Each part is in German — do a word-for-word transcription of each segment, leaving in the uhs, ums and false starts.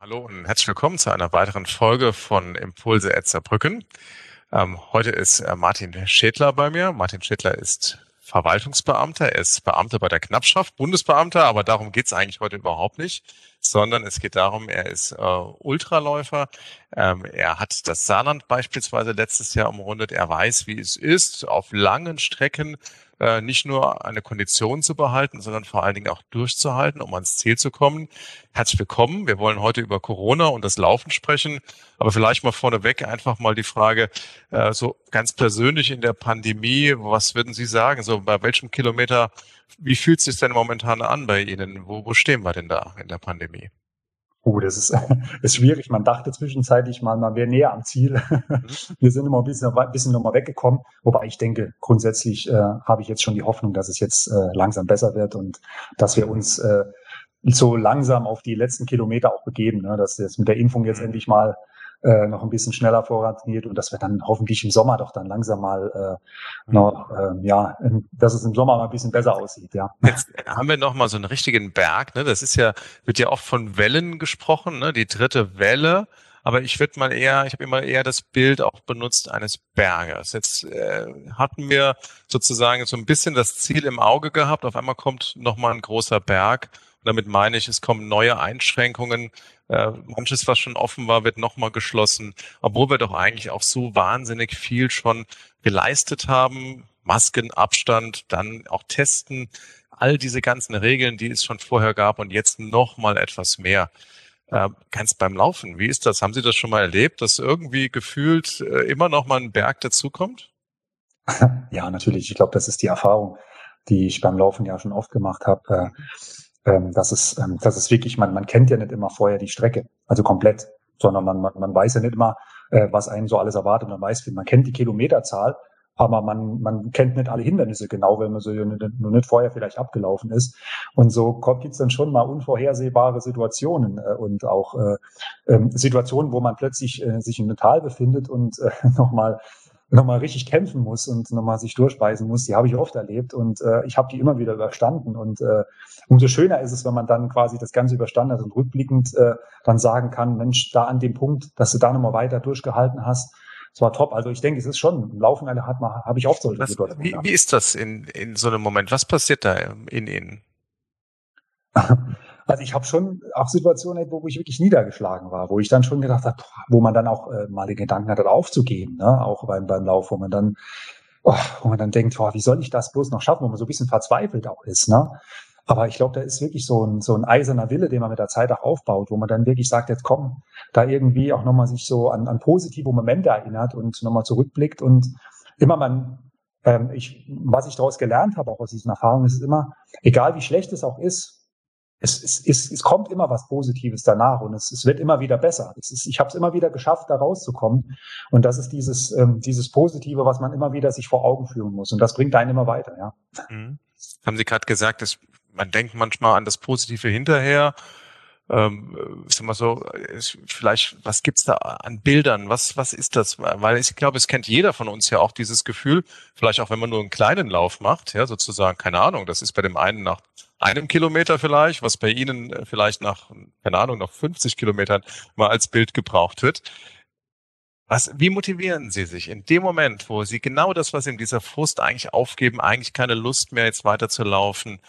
Hallo und herzlich willkommen zu einer weiteren Folge von Impulse at Saarbrücken. Ähm, heute ist äh, Martin Schädler bei mir. Martin Schädler ist Verwaltungsbeamter, er ist Beamter bei der Knappschaft, Bundesbeamter, aber darum geht es eigentlich heute überhaupt nicht, sondern es geht darum, er ist äh, Ultraläufer. Ähm, er hat das Saarland beispielsweise letztes Jahr umrundet. Er weiß, wie es ist, auf langen Strecken äh, nicht nur eine Kondition zu behalten, sondern vor allen Dingen auch durchzuhalten, um ans Ziel zu kommen. Herzlich willkommen. Wir wollen heute über Corona und das Laufen sprechen, aber vielleicht mal vorneweg einfach mal die Frage, äh, so ganz persönlich in der Pandemie, was würden Sie sagen, so bei welchem Kilometer, wie fühlt es sich denn momentan an bei Ihnen? Wo, wo stehen wir denn da in der Pandemie? Oh, das ist, ist schwierig. Man dachte zwischenzeitlich mal, man wäre näher am Ziel. Mhm. Wir sind immer ein bisschen, ein bisschen nochmal weggekommen. Wobei ich denke, grundsätzlich äh, habe ich jetzt schon die Hoffnung, dass es jetzt äh, langsam besser wird und dass wir uns äh, so langsam auf die letzten Kilometer auch begeben, ne? Dass jetzt mit der Impfung jetzt endlich mal äh, noch ein bisschen schneller vorangeht und dass wir dann hoffentlich im Sommer doch dann langsam mal äh, noch, äh, ja, dass es im Sommer mal ein bisschen besser aussieht, ja. Jetzt haben wir noch mal so einen richtigen Berg, ne? Das ist ja, wird ja oft von Wellen gesprochen, ne? Die dritte Welle. Aber ich würde mal eher, ich habe immer eher das Bild auch benutzt eines Berges. Jetzt äh, hatten wir sozusagen so ein bisschen das Ziel im Auge gehabt. Auf einmal kommt noch mal ein großer Berg. Und damit meine ich, es kommen neue Einschränkungen. Äh, manches, was schon offen war, wird noch mal geschlossen. Obwohl wir doch eigentlich auch so wahnsinnig viel schon geleistet haben. Masken, Abstand, dann auch testen. All diese ganzen Regeln, die es schon vorher gab und jetzt noch mal etwas mehr. Äh, ganz beim Laufen, wie ist das? Haben Sie das schon mal erlebt, dass irgendwie gefühlt äh, immer noch mal ein Berg dazukommt? Ja, natürlich. Ich glaube, das ist die Erfahrung, die ich beim Laufen ja schon oft gemacht habe. Äh, ähm, das ist, ähm, das ist wirklich, man, man kennt ja nicht immer vorher die Strecke, also komplett, sondern man, man, man weiß ja nicht immer, äh, was einen so alles erwartet. Man weiß, man kennt die Kilometerzahl, aber man, man kennt nicht alle Hindernisse genau, wenn man so nur nicht vorher vielleicht abgelaufen ist. Und so gibt es dann schon mal unvorhersehbare Situationen äh, und auch äh, ähm, Situationen, wo man plötzlich äh, sich in einem Tal befindet und äh, nochmal nochmal richtig kämpfen muss und nochmal sich durchbeißen muss, die habe ich oft erlebt und äh, ich habe die immer wieder überstanden und äh, umso schöner ist es, wenn man dann quasi das Ganze überstanden hat und rückblickend äh, dann sagen kann, Mensch, da an dem Punkt, dass du da nochmal weiter durchgehalten hast, es war top. Also ich denke, es ist schon, im Laufen hat man, habe ich oft solche Was, Situationen wie, wie gehabt. ist das in, in so einem Moment? Was passiert da in Ihnen? Also ich habe schon auch Situationen, wo ich wirklich niedergeschlagen war, wo ich dann schon gedacht habe, wo man dann auch äh, mal den Gedanken hatte, aufzugeben, ne? Auch beim, beim Lauf, wo man dann, oh, wo man dann denkt, oh, wie soll ich das bloß noch schaffen, wo man so ein bisschen verzweifelt auch ist, ne? Aber ich glaube, da ist wirklich so ein, so ein eiserner Wille, den man mit der Zeit auch aufbaut, wo man dann wirklich sagt, jetzt komm, da irgendwie auch nochmal sich so an, an positive Momente erinnert und nochmal zurückblickt und immer man, ähm, ich, was ich daraus gelernt habe, auch aus diesen Erfahrungen, ist immer, egal wie schlecht es auch ist, es, es, es, es kommt immer was Positives danach und es, es wird immer wieder besser. Es ist, ich habe es immer wieder geschafft, da rauszukommen. Und das ist dieses, ähm, dieses Positive, was man immer wieder sich vor Augen führen muss. Und das bringt einen immer weiter, ja. Mhm. Haben Sie gerade gesagt, dass man denkt manchmal an das Positive hinterher. Ähm, ist immer so, ist vielleicht, was gibt's da an Bildern? Was, was ist das? Weil ich glaube, es kennt jeder von uns ja auch dieses Gefühl, vielleicht auch wenn man nur einen kleinen Lauf macht, ja, sozusagen, keine Ahnung, das ist bei dem einen nach einem Kilometer vielleicht, was bei Ihnen vielleicht nach, keine Ahnung, nach fünfzig Kilometern mal als Bild gebraucht wird. Was, wie motivieren Sie sich in dem Moment, wo Sie genau das, was Ihnen dieser Frust eigentlich aufgeben, eigentlich keine Lust mehr jetzt weiterzulaufen?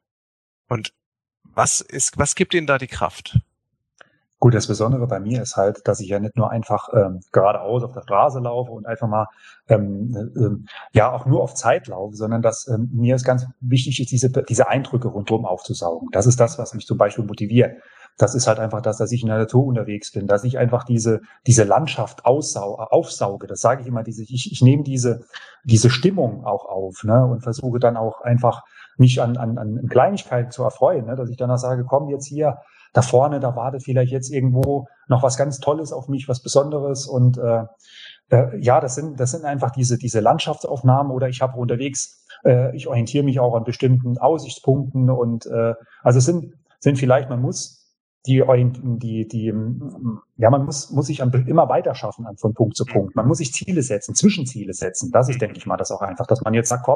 Und was ist, was gibt Ihnen da die Kraft? Gut, das Besondere bei mir ist halt, dass ich ja nicht nur einfach ähm, geradeaus auf der Straße laufe und einfach mal ähm, ähm, ja auch nur auf Zeit laufe, sondern dass ähm, mir ist ganz wichtig ist, diese, diese Eindrücke rundherum aufzusaugen. Das ist das, was mich zum Beispiel motiviert. Das ist halt einfach das, dass ich in der Natur unterwegs bin, dass ich einfach diese, diese Landschaft aussau aufsauge. Das sage ich immer, diese, ich, ich nehme diese, diese Stimmung auch auf, ne, und versuche dann auch einfach mich an, an, an Kleinigkeiten zu erfreuen, ne, dass ich danach sage, komm jetzt hier, da vorne, da wartet vielleicht jetzt irgendwo noch was ganz Tolles auf mich, was Besonderes. Und äh, äh, ja, das sind, das sind einfach diese, diese Landschaftsaufnahmen oder ich habe unterwegs, äh, ich orientiere mich auch an bestimmten Aussichtspunkten und äh, also es sind, sind vielleicht, man muss die, die, die, ja, man muss, muss sich immer weiter schaffen von Punkt zu Punkt. Man muss sich Ziele setzen, Zwischenziele setzen. Das ist, denke ich mal, das auch einfach, dass man jetzt sagt, komm,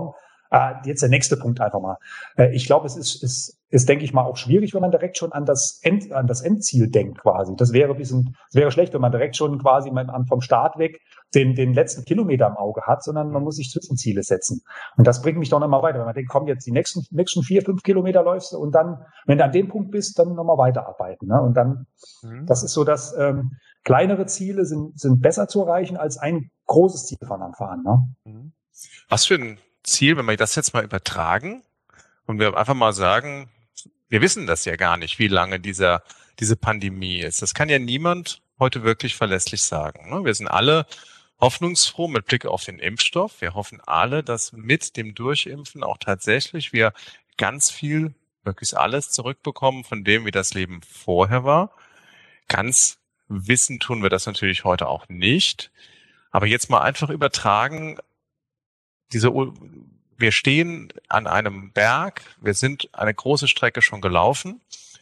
Ah, jetzt der nächste Punkt einfach mal. Äh, Ich glaube, es ist, ist, ist, denke ich mal, auch schwierig, wenn man direkt schon an das End, an das Endziel denkt quasi. Das wäre ein bisschen, das wäre schlecht, wenn man direkt schon quasi mal am- vom Start weg den, den letzten Kilometer im Auge hat, sondern man muss sich Zwischenziele setzen. Und das bringt mich doch nochmal weiter. Wenn man denkt, komm, jetzt die nächsten, nächsten vier, fünf Kilometer läufst du und dann, wenn du an dem Punkt bist, dann nochmal weiterarbeiten. Ne? Und dann, Mhm. das ist so, dass ähm, kleinere Ziele sind, sind besser zu erreichen als ein großes Ziel von Anfang an. Ne? Mhm. Was für ein Ziel, wenn wir das jetzt mal übertragen und wir einfach mal sagen, wir wissen das ja gar nicht, wie lange dieser, diese Pandemie ist. Das kann ja niemand heute wirklich verlässlich sagen. Ne? Wir sind alle hoffnungsfroh mit Blick auf den Impfstoff. Wir hoffen alle, dass mit dem Durchimpfen auch tatsächlich wir ganz viel, möglichst alles zurückbekommen von dem, wie das Leben vorher war. Ganz wissen tun wir das natürlich heute auch nicht. Aber jetzt mal einfach übertragen, diese, wir stehen an einem Berg, wir sind eine große Strecke schon gelaufen.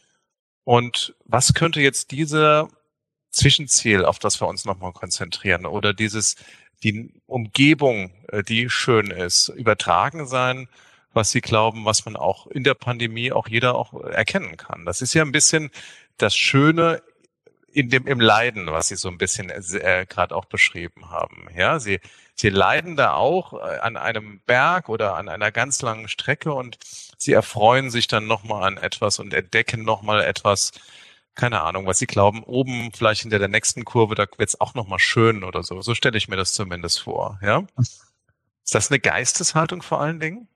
Und was könnte jetzt dieser Zwischenziel, auf das wir uns nochmal konzentrieren, oder dieses, die Umgebung, äh, die schön ist, übertragen sein, was Sie glauben, was man auch in der Pandemie auch jeder auch erkennen kann? Das ist ja ein bisschen das Schöne in dem, im Leiden, was Sie so ein bisschen äh, gerade auch beschrieben haben. Ja, Sie, Sie leiden da auch äh, an einem Berg oder an einer ganz langen Strecke und Sie erfreuen sich dann nochmal an etwas und entdecken nochmal etwas, keine Ahnung, was Sie glauben, oben vielleicht hinter der nächsten Kurve, da wird es auch nochmal schön oder so. So stelle ich mir das zumindest vor. Ja, ist das eine Geisteshaltung vor allen Dingen?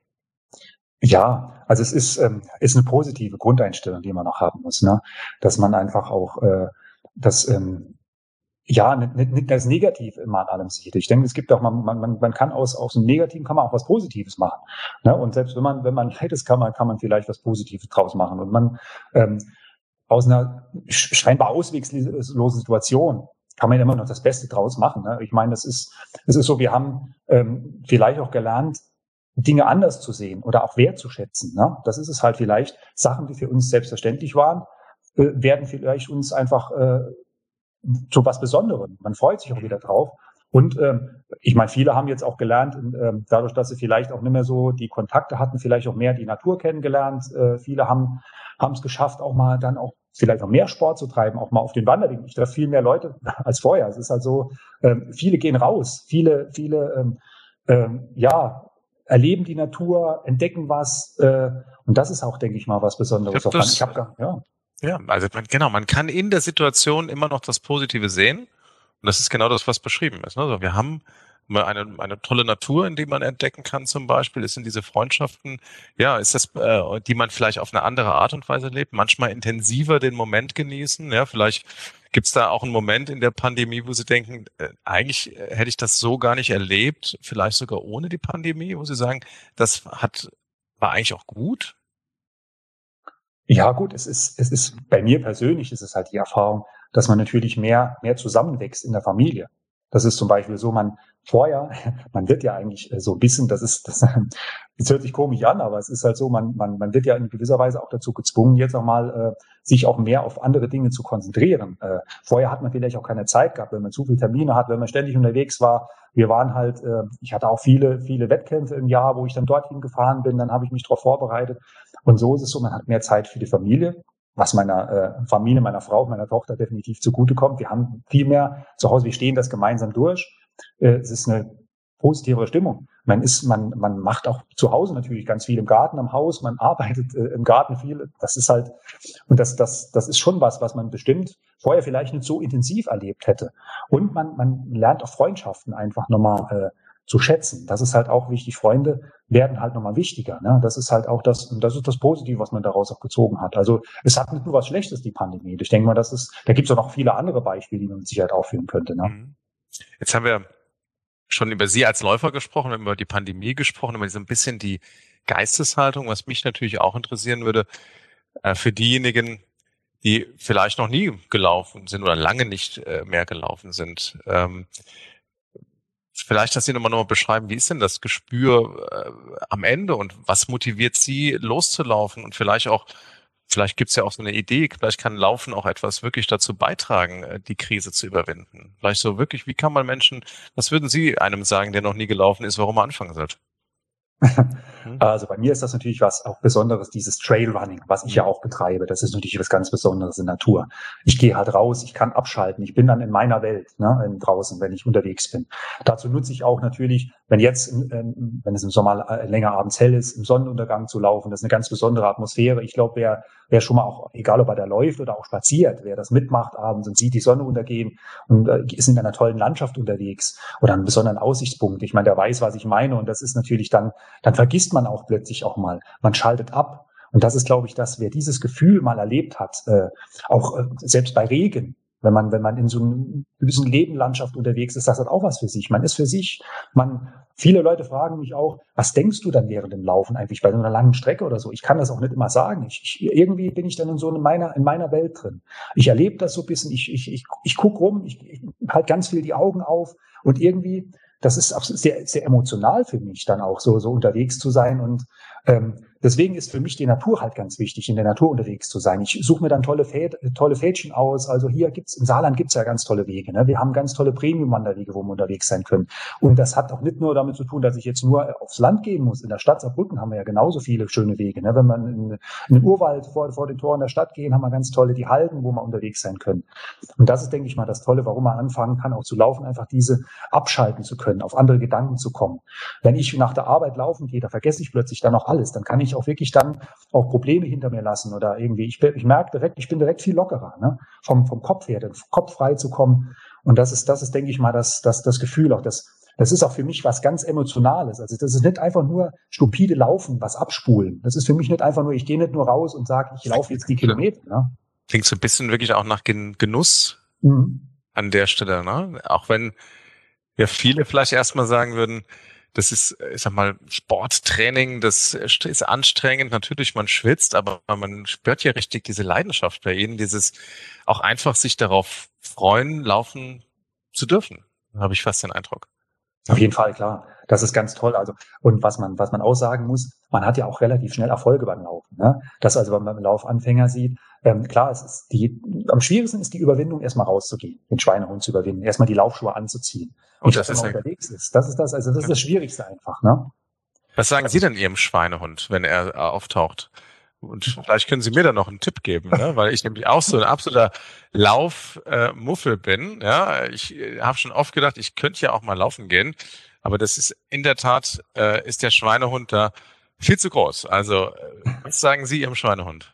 Ja, also es ist, ähm, ist eine positive Grundeinstellung, die man noch haben muss, ne? Dass man einfach auch äh, das ähm, ja nicht, nicht, nicht das Negative immer an allem sieht. Ich denke, es gibt auch man, man, man kann aus aus dem Negativen kann man auch was Positives machen. Ne? Und selbst wenn man wenn man leidet, kann man kann man vielleicht was Positives draus machen. Und man ähm, aus einer scheinbar ausweglosen Situation kann man immer noch das Beste draus machen. Ne? Ich meine, es ist es ist so, wir haben ähm, vielleicht auch gelernt, Dinge anders zu sehen oder auch wertzuschätzen. Ne? Das ist es halt vielleicht. Sachen, die für uns selbstverständlich waren, äh, werden vielleicht uns einfach äh, zu was Besonderem. Man freut sich auch wieder drauf. Und ähm, ich meine, viele haben jetzt auch gelernt, ähm, dadurch, dass sie vielleicht auch nicht mehr so die Kontakte hatten, vielleicht auch mehr die Natur kennengelernt. Äh, viele haben haben es geschafft, auch mal dann auch vielleicht noch mehr Sport zu treiben, auch mal auf den Wanderwegen. Ich treffe viel mehr Leute als vorher. Es ist halt so, ähm, viele gehen raus, viele, viele, ähm, ähm, ja, erleben die Natur, entdecken was. Äh, und das ist auch, denke ich mal, was Ich Besonderes. glaube, Auch man, ich das, habe, ja, ja, also man, genau, man kann in der Situation immer noch das Positive sehen. Und das ist genau das, was beschrieben ist. Ne? Also wir haben mal eine, eine tolle Natur, in die man entdecken kann zum Beispiel. Es sind diese Freundschaften, ja, ist das, äh, die man vielleicht auf eine andere Art und Weise lebt, manchmal intensiver den Moment genießen. Ja, vielleicht gibt's da auch einen Moment in der Pandemie, wo Sie denken, äh, eigentlich äh, hätte ich das so gar nicht erlebt, vielleicht sogar ohne die Pandemie, wo Sie sagen, das hat, war eigentlich auch gut. Ja, gut, es ist, es ist, bei mir persönlich ist es halt die Erfahrung, dass man natürlich mehr, mehr zusammenwächst in der Familie. Das ist zum Beispiel so, man vorher, man wird ja eigentlich äh, so ein bisschen, das ist, das, das hört sich komisch an, aber es ist halt so, man, man, man wird ja in gewisser Weise auch dazu gezwungen, jetzt auch mal äh, sich auch mehr auf andere Dinge zu konzentrieren. Äh, vorher hat man vielleicht auch keine Zeit gehabt, wenn man zu viele Termine hat, wenn man ständig unterwegs war. Wir waren halt, äh, ich hatte auch viele, viele Wettkämpfe im Jahr, wo ich dann dorthin gefahren bin, dann habe ich mich darauf vorbereitet. Und so ist es so, man hat mehr Zeit für die Familie, was meiner äh, Familie, meiner Frau, meiner Tochter definitiv zugutekommt. Wir haben viel mehr zu Hause, wir stehen das gemeinsam durch. Äh, es ist eine positivere Stimmung. Man ist, man, man macht auch zu Hause natürlich ganz viel im Garten, am Haus, man arbeitet äh, im Garten viel. Das ist halt, und das, das, das ist schon was, was man bestimmt vorher vielleicht nicht so intensiv erlebt hätte. Und man, man lernt auch Freundschaften einfach nochmal äh, zu schätzen. Das ist halt auch wichtig. Freunde werden halt nochmal wichtiger. Ne? Das ist halt auch das, und das ist das Positive, was man daraus auch gezogen hat. Also es hat nicht nur was Schlechtes, die Pandemie. Ich denke mal, das ist, da gibt es auch noch viele andere Beispiele, die man mit Sicherheit aufführen könnte. Ne? Mhm. Jetzt haben wir schon über Sie als Läufer gesprochen, wir haben über die Pandemie gesprochen, über so ein bisschen die Geisteshaltung, was mich natürlich auch interessieren würde, äh, für diejenigen, die vielleicht noch nie gelaufen sind oder lange nicht äh, mehr gelaufen sind. Ähm, vielleicht, dass Sie nochmal noch mal beschreiben, wie ist denn das Gespür äh, am Ende und was motiviert Sie loszulaufen und vielleicht auch, vielleicht gibt's ja auch so eine Idee, vielleicht kann Laufen auch etwas wirklich dazu beitragen, äh, die Krise zu überwinden. Vielleicht so wirklich, wie kann man Menschen, was würden Sie einem sagen, der noch nie gelaufen ist, warum er anfangen sollte? Hm. Also bei mir ist das natürlich was auch Besonderes, dieses Trailrunning, was ich ja auch betreibe. Das ist natürlich was ganz Besonderes in Natur. Ich gehe halt raus, ich kann abschalten. Ich bin dann in meiner Welt, ne, draußen, wenn ich unterwegs bin. Dazu nutze ich auch natürlich, wenn jetzt, ähm, wenn es im Sommer länger abends hell ist, im Sonnenuntergang zu laufen. Das ist eine ganz besondere Atmosphäre. Ich glaube, wer, wer schon mal auch, egal ob er da läuft oder auch spaziert, wer das mitmacht abends und sieht die Sonne untergehen und äh, ist in einer tollen Landschaft unterwegs oder einen besonderen Aussichtspunkt. Ich meine, der weiß, was ich meine, und das ist natürlich dann, dann vergisst man auch plötzlich auch mal. Man schaltet ab. Und das ist, glaube ich, dass wer dieses Gefühl mal erlebt hat, äh, auch äh, selbst bei Regen, wenn man, wenn man in so einer gewissen Lebenlandschaft unterwegs ist, das hat auch was für sich. Man ist für sich, man, viele Leute fragen mich auch, was denkst du dann während dem Laufen eigentlich bei so einer langen Strecke oder so? Ich kann das auch nicht immer sagen. Ich, ich, irgendwie bin ich dann in so in meiner, in meiner Welt drin. Ich erlebe das so ein bisschen, ich, ich, ich, ich gucke rum, ich, ich halte ganz viel die Augen auf und irgendwie, das ist auch sehr, sehr emotional für mich, dann auch so, so unterwegs zu sein. Und ähm, deswegen ist für mich die Natur halt ganz wichtig, in der Natur unterwegs zu sein. Ich suche mir dann tolle, Fäd, tolle Fädchen aus. Also hier gibt's, im Saarland gibt's ja ganz tolle Wege. Ne? Wir haben ganz tolle Premium-Wanderwege, wo wir unterwegs sein können. Und das hat auch nicht nur damit zu tun, dass ich jetzt nur aufs Land gehen muss. In der Stadt Saarbrücken haben wir ja genauso viele schöne Wege. Ne? Wenn man in, in den Urwald vor, vor den Toren der Stadt gehen, haben wir ganz tolle, die Halden, wo wir unterwegs sein können. Und das ist, denke ich mal, das Tolle, warum man anfangen kann, auch zu laufen, einfach diese abschalten zu können, auf andere Gedanken zu kommen. Wenn ich nach der Arbeit laufen gehe, da vergesse ich plötzlich dann auch alles. Dann kann ich auch wirklich dann auch Probleme hinter mir lassen oder irgendwie, ich, ich merke direkt, ich bin direkt viel lockerer, ne? vom, vom Kopf her, den Kopf frei zu kommen. Und das ist, das ist, denke ich mal, das, das, das Gefühl auch, das, das ist auch für mich was ganz Emotionales. Also das ist nicht einfach nur stupide Laufen, was abspulen. Das ist für mich nicht einfach nur, ich gehe nicht nur raus und sage, ich laufe jetzt die Kilometer. Ne? Klingt so ein bisschen wirklich auch nach Genuss Mhm. an der Stelle, ne? Auch wenn ja viele vielleicht erstmal sagen würden, das ist, ich sag mal, Sporttraining, das ist anstrengend. Natürlich, man schwitzt, aber man spürt ja richtig diese Leidenschaft bei ihnen, dieses auch einfach sich darauf freuen, laufen zu dürfen. Da habe ich fast den Eindruck. Auf jeden Fall, klar. Das ist ganz toll. Also, und was man, was man auch sagen muss, man hat ja auch relativ schnell Erfolge beim Laufen. Ne? Das also, wenn man einen Laufanfänger sieht, ähm, klar, es ist die, am schwierigsten ist die Überwindung, erstmal rauszugehen, den Schweinehund zu überwinden, erstmal die Laufschuhe anzuziehen. Und Und das wenn ist man ja, unterwegs ist, das ist das, also das ist das Schwierigste einfach. Ne? was sagen Sie denn Ihrem Schweinehund, wenn er auftaucht? Und vielleicht können Sie mir da noch einen Tipp geben, ne? Weil ich nämlich auch so ein absoluter Laufmuffel äh, bin. Ja, ich äh, habe schon oft gedacht, ich könnte ja auch mal laufen gehen, aber das ist in der Tat äh, ist der Schweinehund da viel zu groß. Also äh, was sagen Sie Ihrem Schweinehund?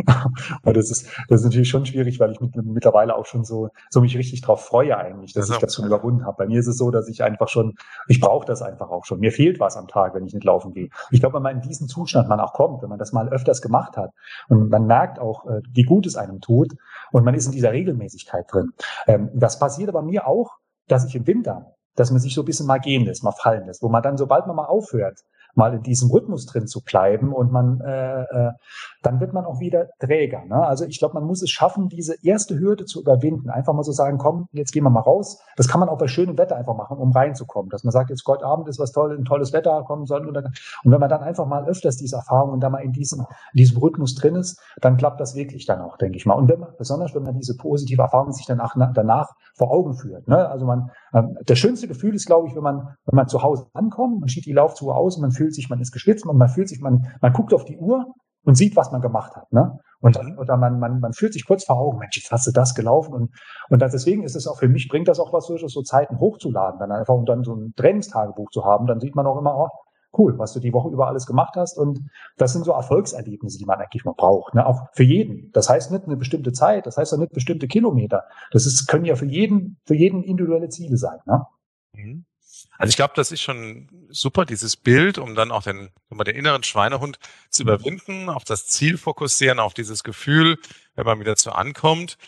Und das ist, das ist natürlich schon schwierig, weil ich mit, mittlerweile auch schon so, so mich richtig drauf freue eigentlich, dass Also, ich das schon überwunden habe. Bei mir ist es so, dass ich einfach schon, ich brauche das einfach auch schon. Mir fehlt was am Tag, wenn ich nicht laufen gehe. Ich glaube, wenn man in diesen Zustand man auch kommt, wenn man das mal öfters gemacht hat und man merkt auch, äh, wie gut es einem tut und man ist in dieser Regelmäßigkeit drin. Ähm, das passiert aber mir auch, dass ich im Winter, dass man sich so ein bisschen mal gehen lässt, mal fallen lässt, wo man dann, sobald man mal aufhört, mal in diesem Rhythmus drin zu bleiben und man, äh, äh, dann wird man auch wieder träger. Ne? Also ich glaube, man muss es schaffen, diese erste Hürde zu überwinden. Einfach mal so sagen, komm, jetzt gehen wir mal raus. Das kann man auch bei schönem Wetter einfach machen, um reinzukommen. Dass man sagt, jetzt heute Abend ist was Tolles, ein tolles Wetter, kommen Sonnenuntergang. Und wenn man dann einfach mal öfters diese Erfahrung und da mal in diesem, in diesem Rhythmus drin ist, dann klappt das wirklich dann auch, denke ich mal. Und wenn man, besonders wenn man diese positive Erfahrung sich danach, danach vor Augen führt. Ne? Also man, ähm, das schönste Gefühl ist, glaube ich, wenn man, wenn man zu Hause ankommt, man schiebt die Laufschuhe aus und man fühlt sich, man ist geschwitzt und man fühlt sich, man, man guckt auf die Uhr und sieht, was man gemacht hat. Ne? Und mhm. oder man, man, man fühlt sich kurz vor Augen, Mensch, jetzt hast du das gelaufen. Und, und das, deswegen ist es auch für mich, bringt das auch was, so Zeiten hochzuladen, dann einfach, um dann so ein Trainingstagebuch zu haben, dann sieht man auch immer, oh, cool, was du die Woche über alles gemacht hast. Und das sind so Erfolgserlebnisse, die man eigentlich mal braucht. Ne? Auch für jeden. Das heißt nicht eine bestimmte Zeit, das heißt auch nicht bestimmte Kilometer. Das ist, können ja für jeden, für jeden individuelle Ziele sein. Ne? Mhm. Also ich glaube, das ist schon super, dieses Bild, um dann auch den, um den inneren Schweinehund zu überwinden, auf das Ziel fokussieren, auf dieses Gefühl, wenn man wieder zu ankommt.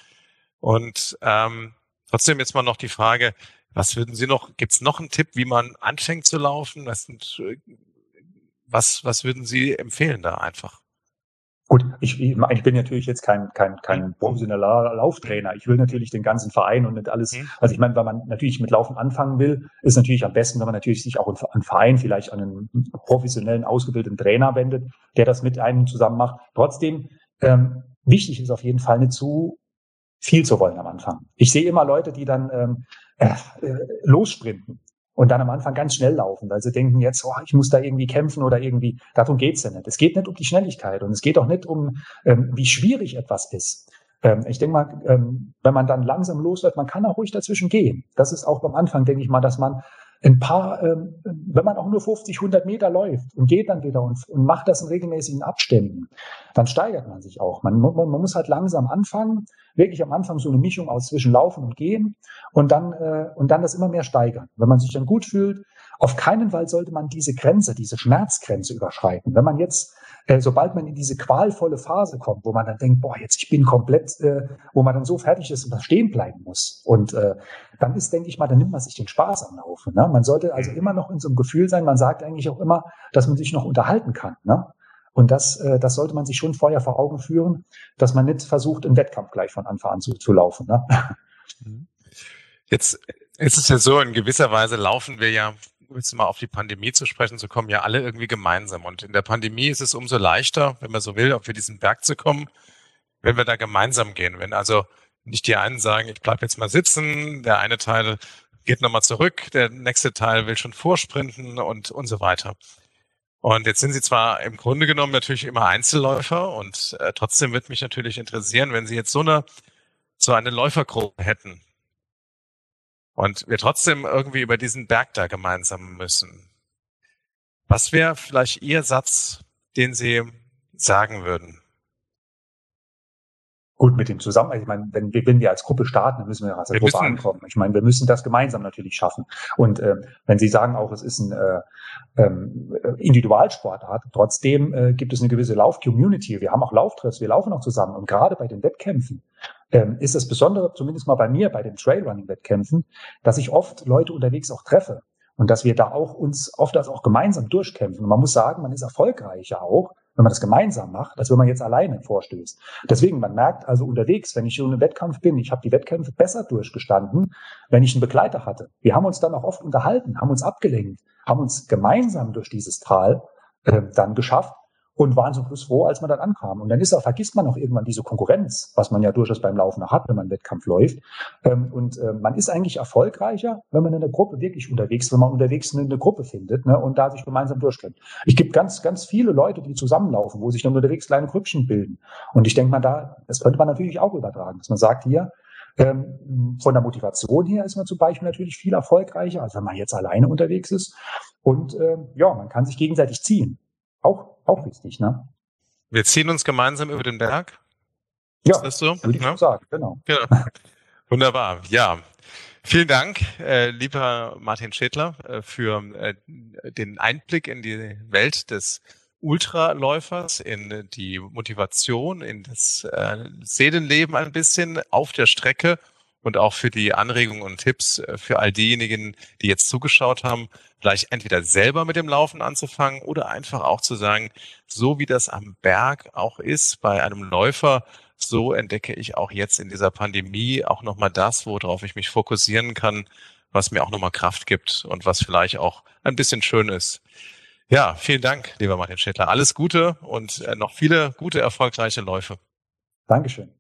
Und ähm, trotzdem jetzt mal noch die Frage, was würden Sie noch, gibt es noch einen Tipp, wie man anfängt zu laufen? Das sind, was, was würden Sie empfehlen da einfach? Gut, ich, ich, ich bin natürlich jetzt kein, kein, kein professioneller Lauftrainer. Ich will natürlich den ganzen Verein und nicht alles. Hm? Also ich meine, wenn man natürlich mit Laufen anfangen will, ist natürlich am besten, wenn man natürlich sich auch an einen Verein, vielleicht an einen professionellen, ausgebildeten Trainer wendet, der das mit einem zusammen macht. Trotzdem, ähm, wichtig ist auf jeden Fall nicht zu viel zu wollen am Anfang. Ich sehe immer Leute, die dann ähm, äh, lossprinten. und dann am Anfang ganz schnell laufen, weil sie denken jetzt, oh, ich muss da irgendwie kämpfen oder irgendwie, darum geht's ja nicht. Es geht nicht um die Schnelligkeit und es geht auch nicht um, ähm, wie schwierig etwas ist. Ähm, ich denke mal, ähm, wenn man dann langsam losläuft, man kann auch ruhig dazwischen gehen. Das ist auch am Anfang, denke ich mal, dass man ein paar, ähm, wenn man auch nur fünfzig, hundert Meter läuft und geht dann wieder und, und macht das in regelmäßigen Abständen, dann steigert man sich auch. Man, man, man muss halt langsam anfangen, wirklich am Anfang so eine Mischung aus zwischen Laufen und Gehen und dann, äh, und dann das immer mehr steigern. Wenn man sich dann gut fühlt, auf keinen Fall sollte man diese Grenze, diese Schmerzgrenze überschreiten. Wenn man jetzt, äh, sobald man in diese qualvolle Phase kommt, wo man dann denkt, boah, jetzt ich bin komplett, äh, wo man dann so fertig ist und da stehen bleiben muss. Und äh, dann ist, denke ich mal, dann nimmt man sich den Spaß am Laufen. Ne? Man sollte also immer noch in so einem Gefühl sein. Man sagt eigentlich auch immer, dass man sich noch unterhalten kann. Ne? Und das, äh, das sollte man sich schon vorher vor Augen führen, dass man nicht versucht, im Wettkampf gleich von Anfang an zu, zu laufen. Ne? Jetzt ist es ja so, in gewisser Weise laufen wir ja, um jetzt mal auf die Pandemie zu sprechen zu kommen, ja alle irgendwie gemeinsam. Und in der Pandemie ist es umso leichter, wenn man so will, auf diesen Berg zu kommen, wenn wir da gemeinsam gehen. Wenn also nicht die einen sagen, ich bleib jetzt mal sitzen, der eine Teil geht nochmal zurück, der nächste Teil will schon vorsprinten und, und so weiter. Und jetzt sind Sie zwar im Grunde genommen natürlich immer Einzelläufer und äh, trotzdem wird mich natürlich interessieren, wenn Sie jetzt so eine, so eine Läufergruppe hätten und wir trotzdem irgendwie über diesen Berg da gemeinsam müssen. Was wäre vielleicht Ihr Satz, den Sie sagen würden? Gut, mit dem Zusammenhang, ich meine, wenn wir, wenn wir als Gruppe starten, dann müssen wir als Gruppe müssen, ankommen. Ich meine, wir müssen das gemeinsam natürlich schaffen. Und äh, wenn Sie sagen auch, es ist ein äh, ähm, Individualsportart, trotzdem äh, gibt es eine gewisse Lauf-Community. Wir haben auch Lauftreffs, wir laufen auch zusammen. Und gerade bei den Wettkämpfen ähm, ist das Besondere, zumindest mal bei mir, bei den Trailrunning-Wettkämpfen, dass ich oft Leute unterwegs auch treffe. Und dass wir da auch uns oft als auch gemeinsam durchkämpfen. Und man muss sagen, man ist erfolgreicher auch, wenn man das gemeinsam macht, als wenn man jetzt alleine vorstößt. Deswegen, man merkt also unterwegs, wenn ich so in einem Wettkampf bin, ich habe die Wettkämpfe besser durchgestanden, wenn ich einen Begleiter hatte. Wir haben uns dann auch oft unterhalten, haben uns abgelenkt, haben uns gemeinsam durch dieses Tal äh, dann geschafft und waren so plus froh, als man dann ankam. Und dann ist auch, vergisst man auch irgendwann diese Konkurrenz, was man ja durchaus beim Laufen hat, wenn man einen Wettkampf läuft. Ähm, und äh, man ist eigentlich erfolgreicher, wenn man in einer Gruppe wirklich unterwegs ist, wenn man unterwegs eine, eine Gruppe findet, ne, und da sich gemeinsam durchkämpft. Ich gibt ganz, ganz viele Leute, die zusammenlaufen, wo sich dann unterwegs kleine Grüppchen bilden. Und ich denke mal, da, das könnte man natürlich auch übertragen, dass man sagt, hier, ähm, von der Motivation her ist man zum Beispiel natürlich viel erfolgreicher, als wenn man jetzt alleine unterwegs ist. Und äh, ja, man kann sich gegenseitig ziehen. Auch, auch wichtig, ne? Wir ziehen uns gemeinsam über den Berg. Ja, ist das so? würde ich ja? so sagen, genau. genau. Wunderbar, ja. Vielen Dank, äh, lieber Martin Schädler, äh, für äh, den Einblick in die Welt des Ultraläufers, in die Motivation, in das äh, Seelenleben ein bisschen auf der Strecke und auch für die Anregungen und Tipps für all diejenigen, die jetzt zugeschaut haben, vielleicht entweder selber mit dem Laufen anzufangen oder einfach auch zu sagen, so wie das am Berg auch ist bei einem Läufer, so entdecke ich auch jetzt in dieser Pandemie auch nochmal das, worauf ich mich fokussieren kann, was mir auch nochmal Kraft gibt und was vielleicht auch ein bisschen schön ist. Ja, vielen Dank, lieber Martin Schädler. Alles Gute und noch viele gute, erfolgreiche Läufe. Dankeschön.